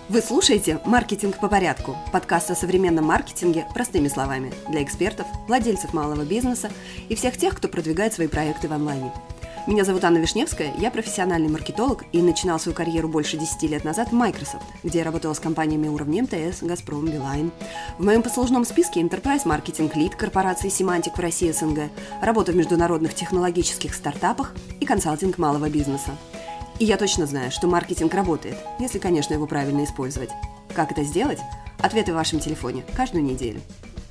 Вы слушаете «Маркетинг по порядку» – подкаст о современном маркетинге простыми словами для экспертов, владельцев малого бизнеса и всех тех, кто продвигает свои проекты в онлайне. Меня зовут Анна Вишневская, я профессиональный маркетолог и начинал свою карьеру больше 10 лет назад в Microsoft, где я работала с компаниями уровня МТС, Газпром, Билайн. В моем послужном списке Enterprise Marketing Lead корпорации Symantec в России СНГ, работа в международных технологических стартапах и консалтинг малого бизнеса. И я точно знаю, что маркетинг работает, если, конечно, его правильно использовать. Как это сделать? Ответы в вашем телефоне каждую неделю.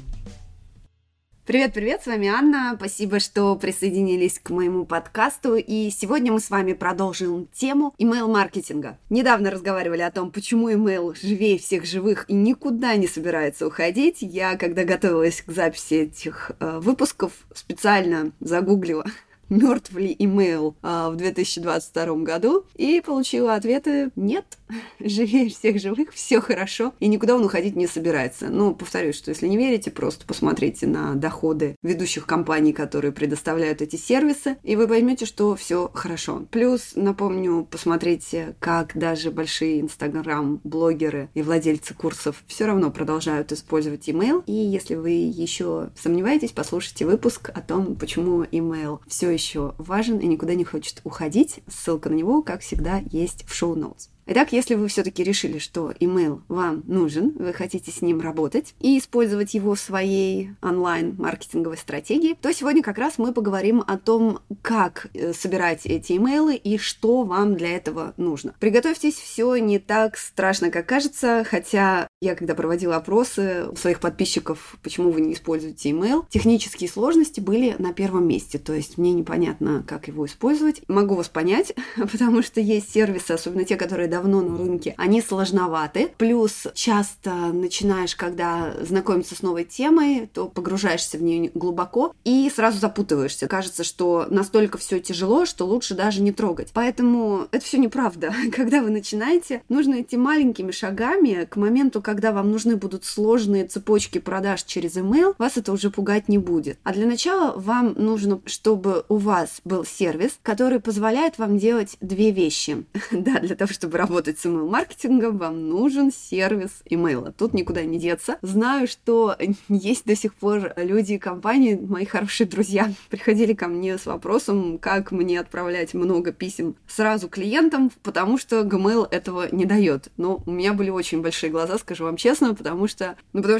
Привет-привет, с вами Анна. Спасибо, что присоединились к моему подкасту. И сегодня мы с вами продолжим тему email-маркетинга. Недавно разговаривали о том, почему email живее всех живых и никуда не собирается уходить. Я, когда готовилась к записи этих выпусков, специально загуглила, мертв ли имейл в 2022 году, и получила ответы: нет, живее всех живых, все хорошо, и никуда он уходить не собирается. Но повторюсь, что если не верите, просто посмотрите на доходы ведущих компаний, которые предоставляют эти сервисы, и вы поймете, что все хорошо. Плюс, напомню, посмотрите, как даже большие инстаграм-блогеры и владельцы курсов все равно продолжают использовать email. И если вы еще сомневаетесь, послушайте выпуск о том, почему email все еще важен и никуда не хочет уходить. Ссылка на него, как всегда, есть в шоу-ноутс. Итак, если вы все-таки решили, что email вам нужен, вы хотите с ним работать и использовать его в своей онлайн-маркетинговой стратегии, то сегодня как раз мы поговорим о том, как собирать эти имейлы и что вам для этого нужно. Приготовьтесь, все не так страшно, как кажется, хотя я, когда проводила опросы у своих подписчиков, почему вы не используете email, технические сложности были на первом месте, то есть мне непонятно, как его использовать. Могу вас понять, потому что есть сервисы, особенно те, которые давно на рынке, они сложноваты. Плюс часто начинаешь, когда знакомиться с новой темой, то погружаешься в нее глубоко и сразу запутываешься. Кажется, что настолько все тяжело, что лучше даже не трогать. Поэтому это все неправда. Когда вы начинаете, нужно идти маленькими шагами. К моменту, когда вам нужны будут сложные цепочки продаж через email, вас это уже пугать не будет. А для начала вам нужно, чтобы у вас был сервис, который позволяет вам делать две вещи. Да, для того, чтобы работать с email-маркетингом, вам нужен сервис имейла. Тут никуда не деться. Знаю, что есть до сих пор люди и компании, мои хорошие друзья, приходили ко мне с вопросом, как мне отправлять много писем сразу клиентам, потому что Gmail этого не дает. Но у меня были очень большие глаза, скажу вам честно, потому что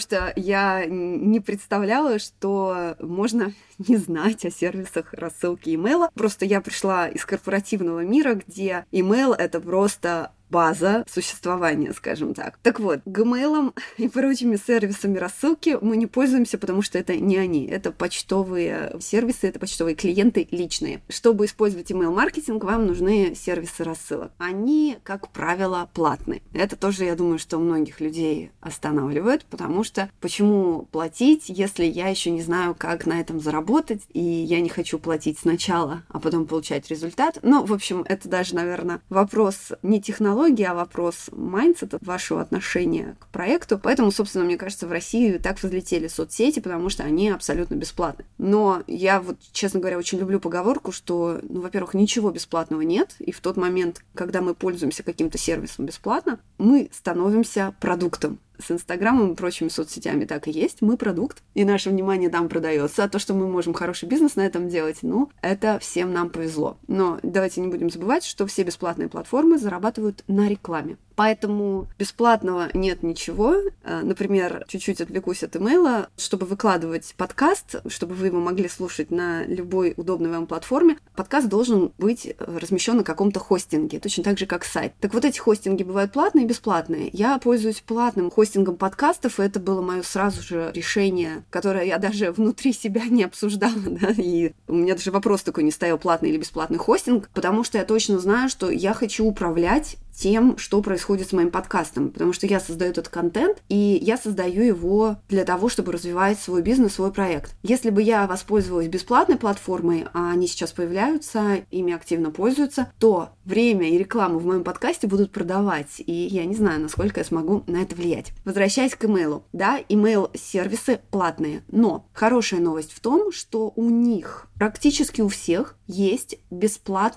я не представляла, что можно не знать о сервисах рассылки имейла. Просто я пришла из корпоративного мира, где имейл — это просто база существования, скажем так. Так вот, Gmail и прочими сервисами рассылки мы не пользуемся, потому что это не они. Это почтовые сервисы, это почтовые клиенты личные. Чтобы использовать email-маркетинг, вам нужны сервисы рассылок. Они, как правило, платные. Это тоже, я думаю, что многих людей останавливает, потому что почему платить, если я еще не знаю, как на этом заработать, и я не хочу платить сначала, а потом получать результат. Ну, в общем, это даже, наверное, вопрос не технологии, а вопрос майндсета, вашего отношения к проекту. Поэтому, собственно, мне кажется, в России так взлетели соцсети, потому что они абсолютно бесплатны. Но я честно говоря, очень люблю поговорку, что, во-первых, ничего бесплатного нет, и в тот момент, когда мы пользуемся каким-то сервисом бесплатно, мы становимся продуктом. С Инстаграмом и прочими соцсетями так и есть. Мы продукт, и наше внимание там продается. А то, что мы можем хороший бизнес на этом делать, это всем нам повезло. Но давайте не будем забывать, что все бесплатные платформы зарабатывают на рекламе. Поэтому бесплатного нет ничего. Например, чуть-чуть отвлекусь от имейла. Чтобы выкладывать подкаст, чтобы вы его могли слушать на любой удобной вам платформе, подкаст должен быть размещен на каком-то хостинге, точно так же, как сайт. Так вот, эти хостинги бывают платные и бесплатные. Я пользуюсь платным хостингом подкастов, и это было мое сразу же решение, которое я даже внутри себя не обсуждала, да, и у меня даже вопрос такой не стоял, платный или бесплатный хостинг, потому что я точно знаю, что я хочу управлять тем, что происходит с моим подкастом, потому что я создаю этот контент, и я создаю его для того, чтобы развивать свой бизнес, свой проект. Если бы я воспользовалась бесплатной платформой, а они сейчас появляются, ими активно пользуются, то время и рекламу в моем подкасте будут продавать, и я не знаю, насколько я смогу на это влиять. Возвращаясь к имейлу. Да, имейл-сервисы платные, но хорошая новость в том, что у них практически у всех есть бесплатный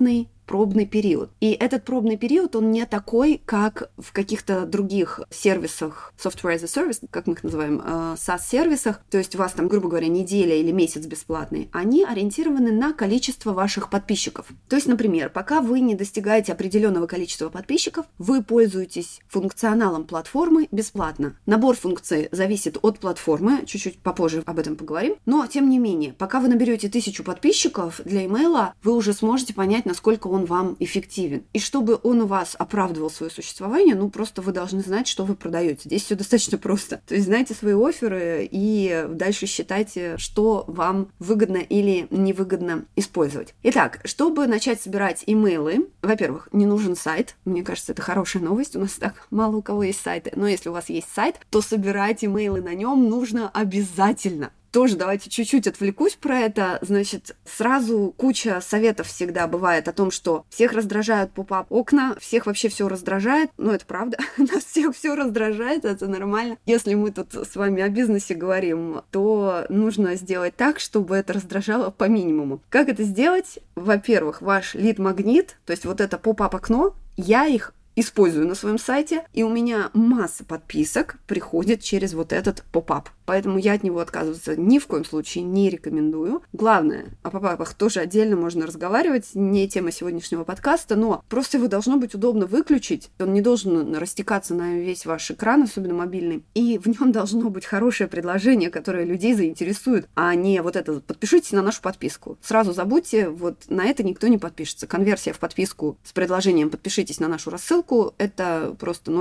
пробный период. И этот пробный период, он не такой, как в каких-то других сервисах, software as a service, как мы их называем, SaaS-сервисах, то есть у вас там, грубо говоря, неделя или месяц бесплатный, они ориентированы на количество ваших подписчиков. То есть, например, пока вы не достигаете определенного количества подписчиков, вы пользуетесь функционалом платформы бесплатно. Набор функций зависит от платформы, чуть-чуть попозже об этом поговорим, но тем не менее, пока вы наберете 1000 подписчиков для имейла, вы уже сможете понять, насколько он вам эффективен. И чтобы он у вас оправдывал свое существование, просто вы должны знать, что вы продаете. Здесь все достаточно просто. То есть знайте свои офферы и дальше считайте, что вам выгодно или невыгодно использовать. Итак, чтобы начать собирать имейлы, во-первых, не нужен сайт. Мне кажется, это хорошая новость. У нас так мало у кого есть сайты. Но если у вас есть сайт, то собирать имейлы на нем нужно обязательно. Тоже давайте чуть-чуть отвлекусь про это. Значит, сразу куча советов всегда бывает о том, что всех раздражают поп-ап окна, всех вообще все раздражает. Это правда. Нас всех все раздражает, это нормально. Если мы тут с вами о бизнесе говорим, то нужно сделать так, чтобы это раздражало по минимуму. Как это сделать? Во-первых, ваш лид-магнит, то есть вот это поп-ап окно, я их использую на своем сайте, и у меня масса подписок приходит через вот этот поп-ап. Поэтому я от него отказываться ни в коем случае не рекомендую. Главное, о поп-апах тоже отдельно можно разговаривать, не тема сегодняшнего подкаста, но просто его должно быть удобно выключить. Он не должен растекаться на весь ваш экран, особенно мобильный. И в нем должно быть хорошее предложение, которое людей заинтересует, а не вот это «подпишитесь на нашу подписку». Сразу забудьте, вот на это никто не подпишется. Конверсия в подписку с предложением «подпишитесь на нашу рассылку» это просто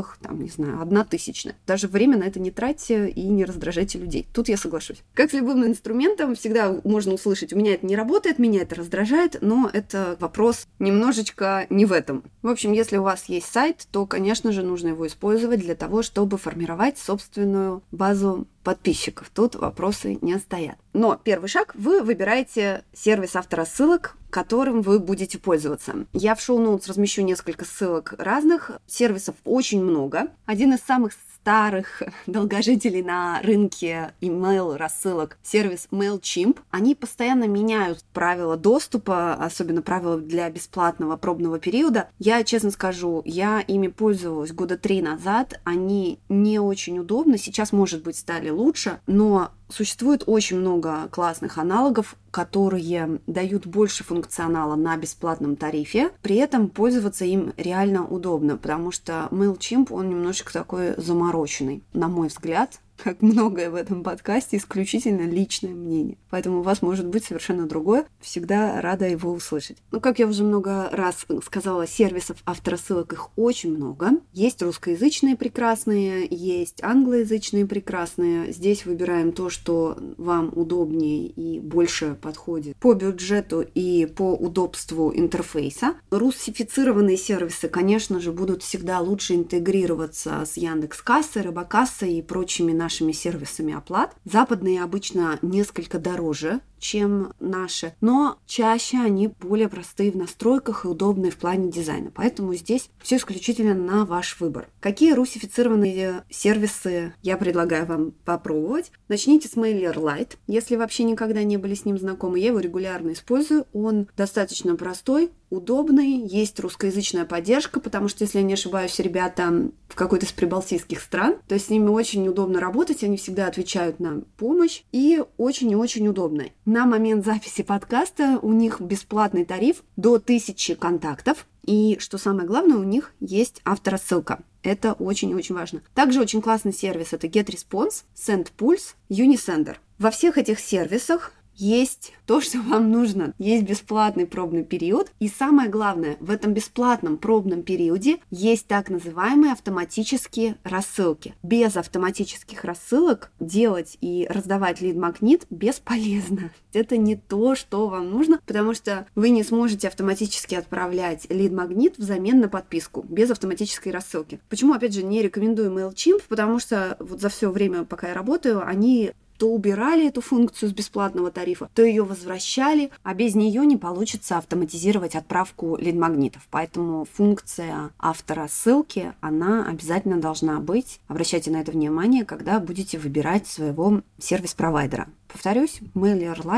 0,1 Даже время на это не тратьте и не раздражайте людей. Тут я соглашусь. Как с любым инструментом, всегда можно услышать, у меня это не работает, меня это раздражает, но это вопрос немножечко не в этом. В общем, если у вас есть сайт, то, конечно же, нужно его использовать для того, чтобы формировать собственную базу подписчиков. Тут вопросы не стоят. Но первый шаг, вы выбираете сервис авторассылок, которым вы будете пользоваться. Я в шоу-ноутс размещу несколько ссылок разных. Сервисов очень много. Один из самых старых долгожителей на рынке email-рассылок, сервис MailChimp. Они постоянно меняют правила доступа, особенно правила для бесплатного пробного периода. Я, честно скажу, я ими пользовалась 3 года назад. Они не очень удобны. Сейчас, может быть, стали лучше, но существует очень много классных аналогов, которые дают больше функционала на бесплатном тарифе, при этом пользоваться им реально удобно, потому что MailChimp, он немножечко такой замороченный, на мой взгляд. Как многое в этом подкасте, исключительно личное мнение. Поэтому у вас может быть совершенно другое. Всегда рада его услышать. Как я уже много раз сказала, сервисов авторассылок их очень много. Есть русскоязычные прекрасные, есть англоязычные прекрасные. Здесь выбираем то, что вам удобнее и больше подходит по бюджету и по удобству интерфейса. Русифицированные сервисы, конечно же, будут всегда лучше интегрироваться с Яндекс.Кассой, Робокассой и прочими нашими сервисами оплат. Западные обычно несколько дороже, чем наши, но чаще они более простые в настройках и удобные в плане дизайна. Поэтому здесь все исключительно на ваш выбор. Какие русифицированные сервисы я предлагаю вам попробовать? Начните с MailerLite, если вообще никогда не были с ним знакомы. Я его регулярно использую. Он достаточно простой, удобный, есть русскоязычная поддержка, потому что, если я не ошибаюсь, ребята в какой-то из прибалтийских стран, то есть с ними очень удобно работать, они всегда отвечают на помощь и очень и очень удобно. На момент записи подкаста у них бесплатный тариф до 1000 контактов, и, что самое главное, у них есть авторассылка. Это очень-очень важно. Также очень классный сервис — это GetResponse, SendPulse, Unisender. Во всех этих сервисах есть то, что вам нужно. Есть бесплатный пробный период. И самое главное, в этом бесплатном пробном периоде есть так называемые автоматические рассылки. Без автоматических рассылок делать и раздавать лид-магнит бесполезно. Это не то, что вам нужно, потому что вы не сможете автоматически отправлять лид-магнит взамен на подписку без автоматической рассылки. Почему, опять же, не рекомендую MailChimp? Потому что вот за все время, пока я работаю, они то убирали эту функцию с бесплатного тарифа, то ее возвращали, а без нее не получится автоматизировать отправку лид-магнитов. Поэтому функция авторассылки, она обязательно должна быть. Обращайте на это внимание, когда будете выбирать своего сервис-провайдера. Повторюсь, MailerLite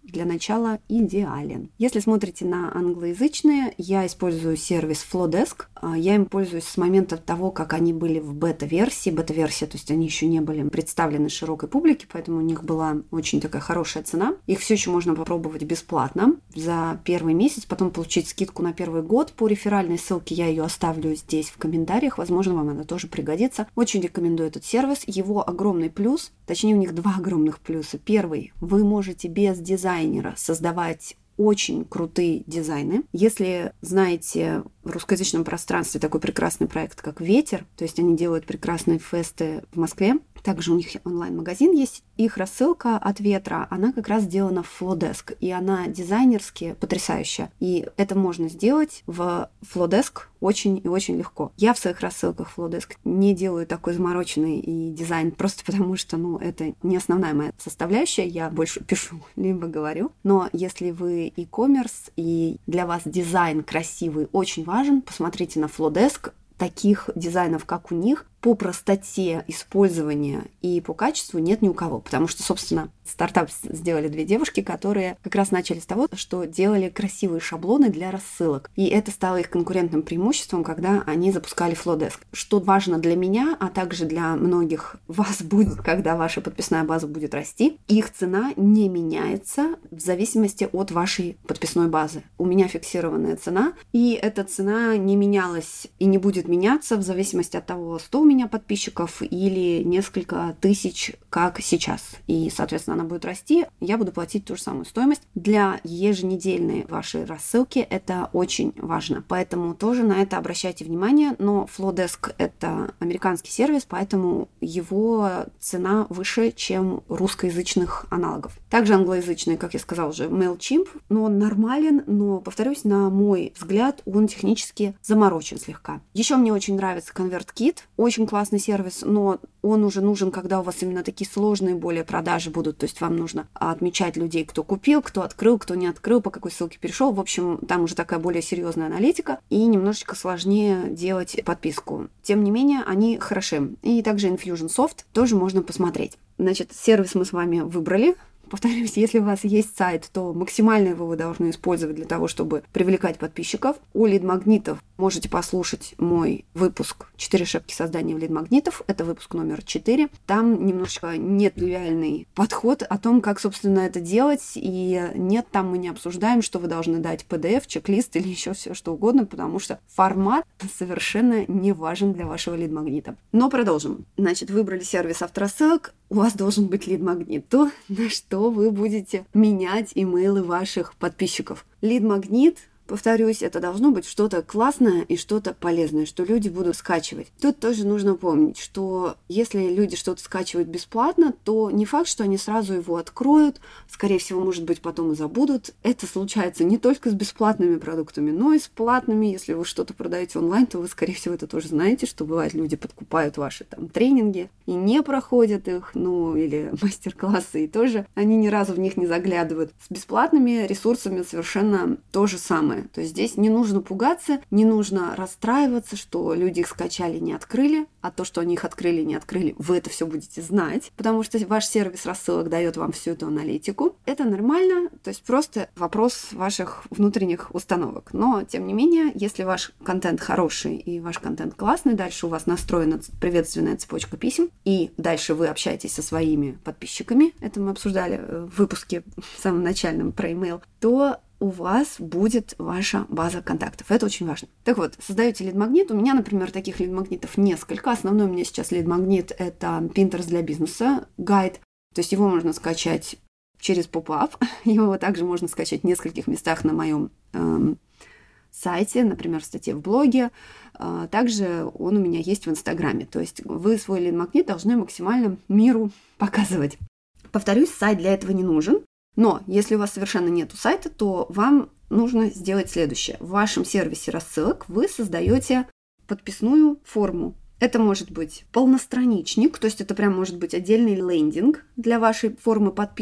для начала идеален. Если смотрите на англоязычные, я использую сервис Flowdesk. Я им пользуюсь с момента того, как они были в бета-версии. Бета-версия, то есть они еще не были представлены широкой публике, поэтому у них была очень такая хорошая цена. Их все еще можно попробовать бесплатно за первый месяц, потом получить скидку на первый год. По реферальной ссылке я ее оставлю здесь в комментариях. Возможно, вам она тоже пригодится. Очень рекомендую этот сервис. Его огромный плюс, точнее, у них два огромных плюса. Первый, вы можете без дизайнера создавать очень крутые дизайны. Если знаете, в русскоязычном пространстве такой прекрасный проект, как «Ветер», то есть они делают прекрасные фесты в Москве, также у них онлайн-магазин есть. Их рассылка от «Ветра», она как раз сделана в Flowdesk, и она дизайнерски потрясающая. И это можно сделать в Flowdesk очень и очень легко. Я в своих рассылках в Flowdesk не делаю такой замороченный и дизайн, просто потому что, это не основная моя составляющая, я больше пишу, либо говорю. Но если вы e-commerce, и для вас дизайн красивый очень важен, посмотрите на Flowdesk. Таких дизайнов, как у них, по простоте использования и по качеству нет ни у кого. Потому что, собственно, стартап сделали две девушки, которые как раз начали с того, что делали красивые шаблоны для рассылок. И это стало их конкурентным преимуществом, когда они запускали Flowdesk. Что важно для меня, а также для многих вас будет, когда ваша подписная база будет расти, их цена не меняется в зависимости от вашей подписной базы. У меня фиксированная цена, и эта цена не менялась и не будет меняться в зависимости от того, 100 у меня подписчиков или несколько тысяч, как сейчас. И, соответственно, она будет расти, я буду платить ту же самую стоимость. Для еженедельной вашей рассылки это очень важно. Поэтому тоже на это обращайте внимание. Но Flowdesk — это американский сервис, поэтому его цена выше, чем русскоязычных аналогов. Также англоязычный, как я сказала уже, MailChimp, но он нормален, но, повторюсь, на мой взгляд, он технически заморочен слегка. Еще мне очень нравится ConvertKit. Очень классный сервис, но он уже нужен, когда у вас именно такие сложные более продажи будут. То есть вам нужно отмечать людей, кто купил, кто открыл, кто не открыл, по какой ссылке перешел. В общем, там уже такая более серьезная аналитика и немножечко сложнее делать подписку. Тем не менее, они хороши. И также Infusionsoft тоже можно посмотреть. Значит, сервис мы с вами выбрали. Повторюсь, если у вас есть сайт, то максимально его вы должны использовать для того, чтобы привлекать подписчиков. У лид-магнитов можете послушать мой выпуск «4 ошибки создания лид-магнитов». Это выпуск номер 4. Там немножечко нетривиальный подход о том, как, собственно, это делать. И нет, там мы не обсуждаем, что вы должны дать PDF, чек-лист или еще все что угодно, потому что формат совершенно не важен для вашего лид-магнита. Но продолжим. Значит, выбрали сервис авторассылок. У вас должен быть лид-магнит. То, на что вы будете менять имейлы ваших подписчиков. Лид-магнит, повторюсь, это должно быть что-то классное и что-то полезное, что люди будут скачивать. Тут тоже нужно помнить, что если люди что-то скачивают бесплатно, то не факт, что они сразу его откроют, скорее всего, может быть, потом и забудут. Это случается не только с бесплатными продуктами, но и с платными. Если вы что-то продаете онлайн, то вы, скорее всего, это тоже знаете, что бывает, люди подкупают ваши тренинги и не проходят их, или мастер-классы, и тоже они ни разу в них не заглядывают. С бесплатными ресурсами совершенно то же самое. То есть здесь не нужно пугаться, не нужно расстраиваться, что люди их скачали, не открыли, а то, что они их открыли, не открыли, вы это все будете знать, потому что ваш сервис рассылок дает вам всю эту аналитику. Это нормально, то есть просто вопрос ваших внутренних установок. Но, тем не менее, если ваш контент хороший и ваш контент классный, дальше у вас настроена приветственная цепочка писем, и дальше вы общаетесь со своими подписчиками, это мы обсуждали в выпуске в самом начальном про email, то у вас будет ваша база контактов. Это очень важно. Так вот, создаете лид-магнит. У меня, например, таких лид-магнитов несколько. Основной у меня сейчас лид-магнит — это Pinterest для бизнеса, гайд. То есть его можно скачать через поп-ап. Его также можно скачать в нескольких местах на моем сайте, например, в статье в блоге. Также он у меня есть в Инстаграме. То есть вы свой лид-магнит должны максимально миру показывать. Повторюсь, сайт для этого не нужен. Но если у вас совершенно нету сайта, то вам нужно сделать следующее. В вашем сервисе рассылок вы создаете подписную форму. Это может быть полностраничник, то есть это прям может быть отдельный лендинг для вашей формы подписки.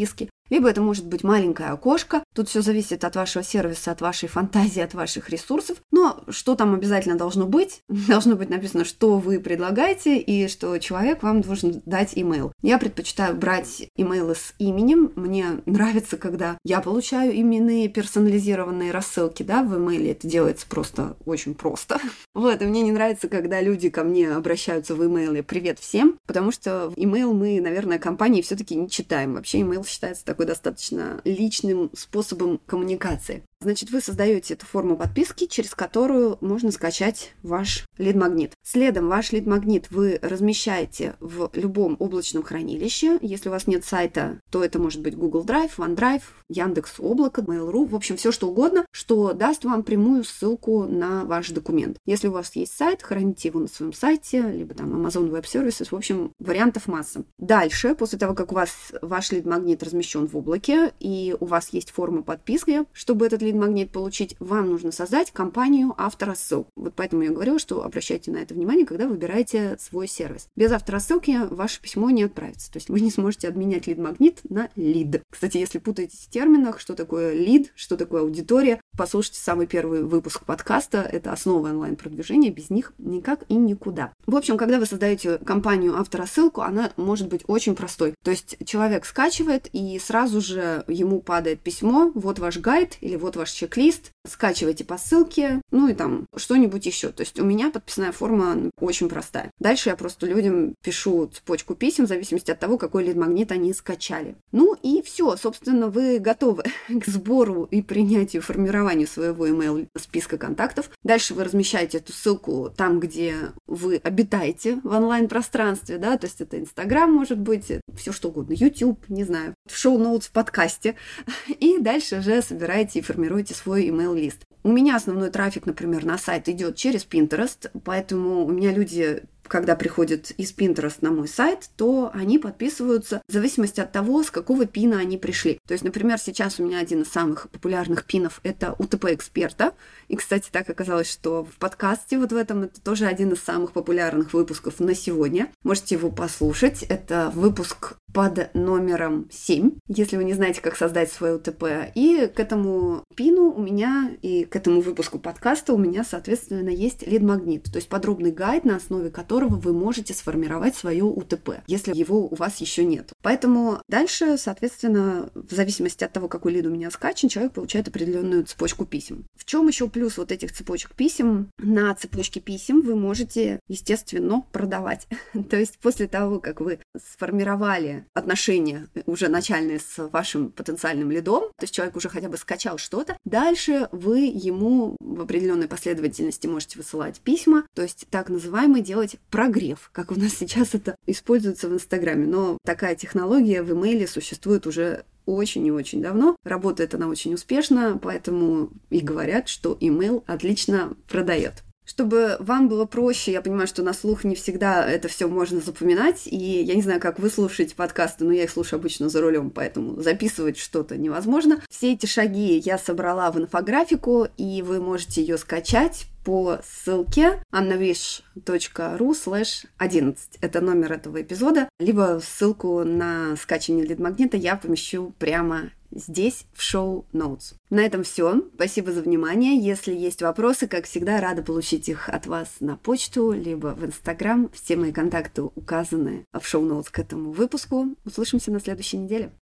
либо это может быть маленькое окошко. Тут все зависит от вашего сервиса, от вашей фантазии, от ваших ресурсов. Но что там обязательно должно быть? Должно быть написано, что вы предлагаете и что человек вам должен дать имейл. Я предпочитаю брать имейлы с именем. Мне нравится, когда я получаю именные персонализированные рассылки, да, в имейле. Это делается просто очень просто. Вот, и мне не нравится, когда люди ко мне обращаются в имейле «Привет всем», потому что имейл мы, наверное, компании все-таки не читаем. Вообще имейл считается такой достаточно личным способом коммуникации. Значит, вы создаете эту форму подписки, через которую можно скачать ваш лид-магнит. Следом ваш лид-магнит вы размещаете в любом облачном хранилище. Если у вас нет сайта, то это может быть Google Drive, OneDrive, Яндекс.Облако, Mail.ru, в общем, все что угодно, что даст вам прямую ссылку на ваш документ. Если у вас есть сайт, храните его на своем сайте, либо там Amazon Web Services, в общем, вариантов масса. Дальше, после того, как у вас ваш лид-магнит размещен в облаке, и у вас есть форма подписки, чтобы этот лид-магнит получить, вам нужно создать компанию автора ссылок. Вот поэтому я говорю, что обращайте на это внимание, когда выбираете свой сервис. Без автора ссылки ваше письмо не отправится. То есть вы не сможете обменять лид-магнит на лид. Кстати, если путаетесь в терминах, что такое лид, что такое аудитория, послушайте самый первый выпуск подкаста. Это основа онлайн-продвижения. Без них никак и никуда. В общем, когда вы создаете компанию автора ссылку, она может быть очень простой. То есть человек скачивает, и сразу же ему падает письмо: вот ваш гайд или вот ваш чек-лист, скачивайте по ссылке, ну и там что-нибудь еще. То есть у меня подписная форма очень простая. Дальше я просто людям пишу цепочку писем в зависимости от того, какой лид-магнит они скачали. Ну и все, собственно, вы готовы к сбору и принятию, формированию своего email-списка контактов. Дальше вы размещаете эту ссылку там, где вы обитаете в онлайн-пространстве, да, то есть это Инстаграм, может быть, все что угодно, YouTube, не знаю, в шоу-ноутс в подкасте. И дальше уже собираете и формируете свой email-лист. У меня основной трафик, например, на сайт идет через Pinterest, поэтому у меня люди, когда приходят из Pinterest на мой сайт, то они подписываются в зависимости от того, с какого пина они пришли. То есть, например, сейчас у меня один из самых популярных пинов — это УТП-эксперта. И, кстати, так оказалось, что в подкасте вот в этом это тоже один из самых популярных выпусков на сегодня. Можете его послушать. Это выпуск под номером 7, если вы не знаете, как создать свой УТП. И к этому пину у меня, и к этому выпуску подкаста у меня, соответственно, есть лид-магнит, то есть подробный гайд, на основе которого вы можете сформировать свое УТП, если его у вас еще нет. Поэтому дальше, соответственно, в зависимости от того, какой лид у меня скачан, человек получает определенную цепочку писем. В чем еще плюс вот этих цепочек писем? На цепочке писем вы можете, естественно, продавать. То есть после того, как вы сформировали отношения уже начальные с вашим потенциальным лидом, то есть человек уже хотя бы скачал что-то, дальше вы ему в определенной последовательности можете высылать письма, то есть так называемый делать прогрев, как у нас сейчас это используется в Инстаграме. Но такая технология в имейле существует уже очень и очень давно. Работает она очень успешно, поэтому и говорят, что имейл отлично продает. Чтобы вам было проще, я понимаю, что на слух не всегда это все можно запоминать, и я не знаю, как вы слушаете подкасты, но я их слушаю обычно за рулем, поэтому записывать что-то невозможно. Все эти шаги я собрала в инфографику, и вы можете ее скачать по ссылке annawish.ru/11. Это номер этого эпизода. Либо ссылку на скачивание лид-магнита я помещу прямо здесь, в шоу-ноутс. На этом все. Спасибо за внимание. Если есть вопросы, как всегда, рада получить их от вас на почту, либо в Инстаграм. Все мои контакты указаны в шоу-ноутс к этому выпуску. Услышимся на следующей неделе.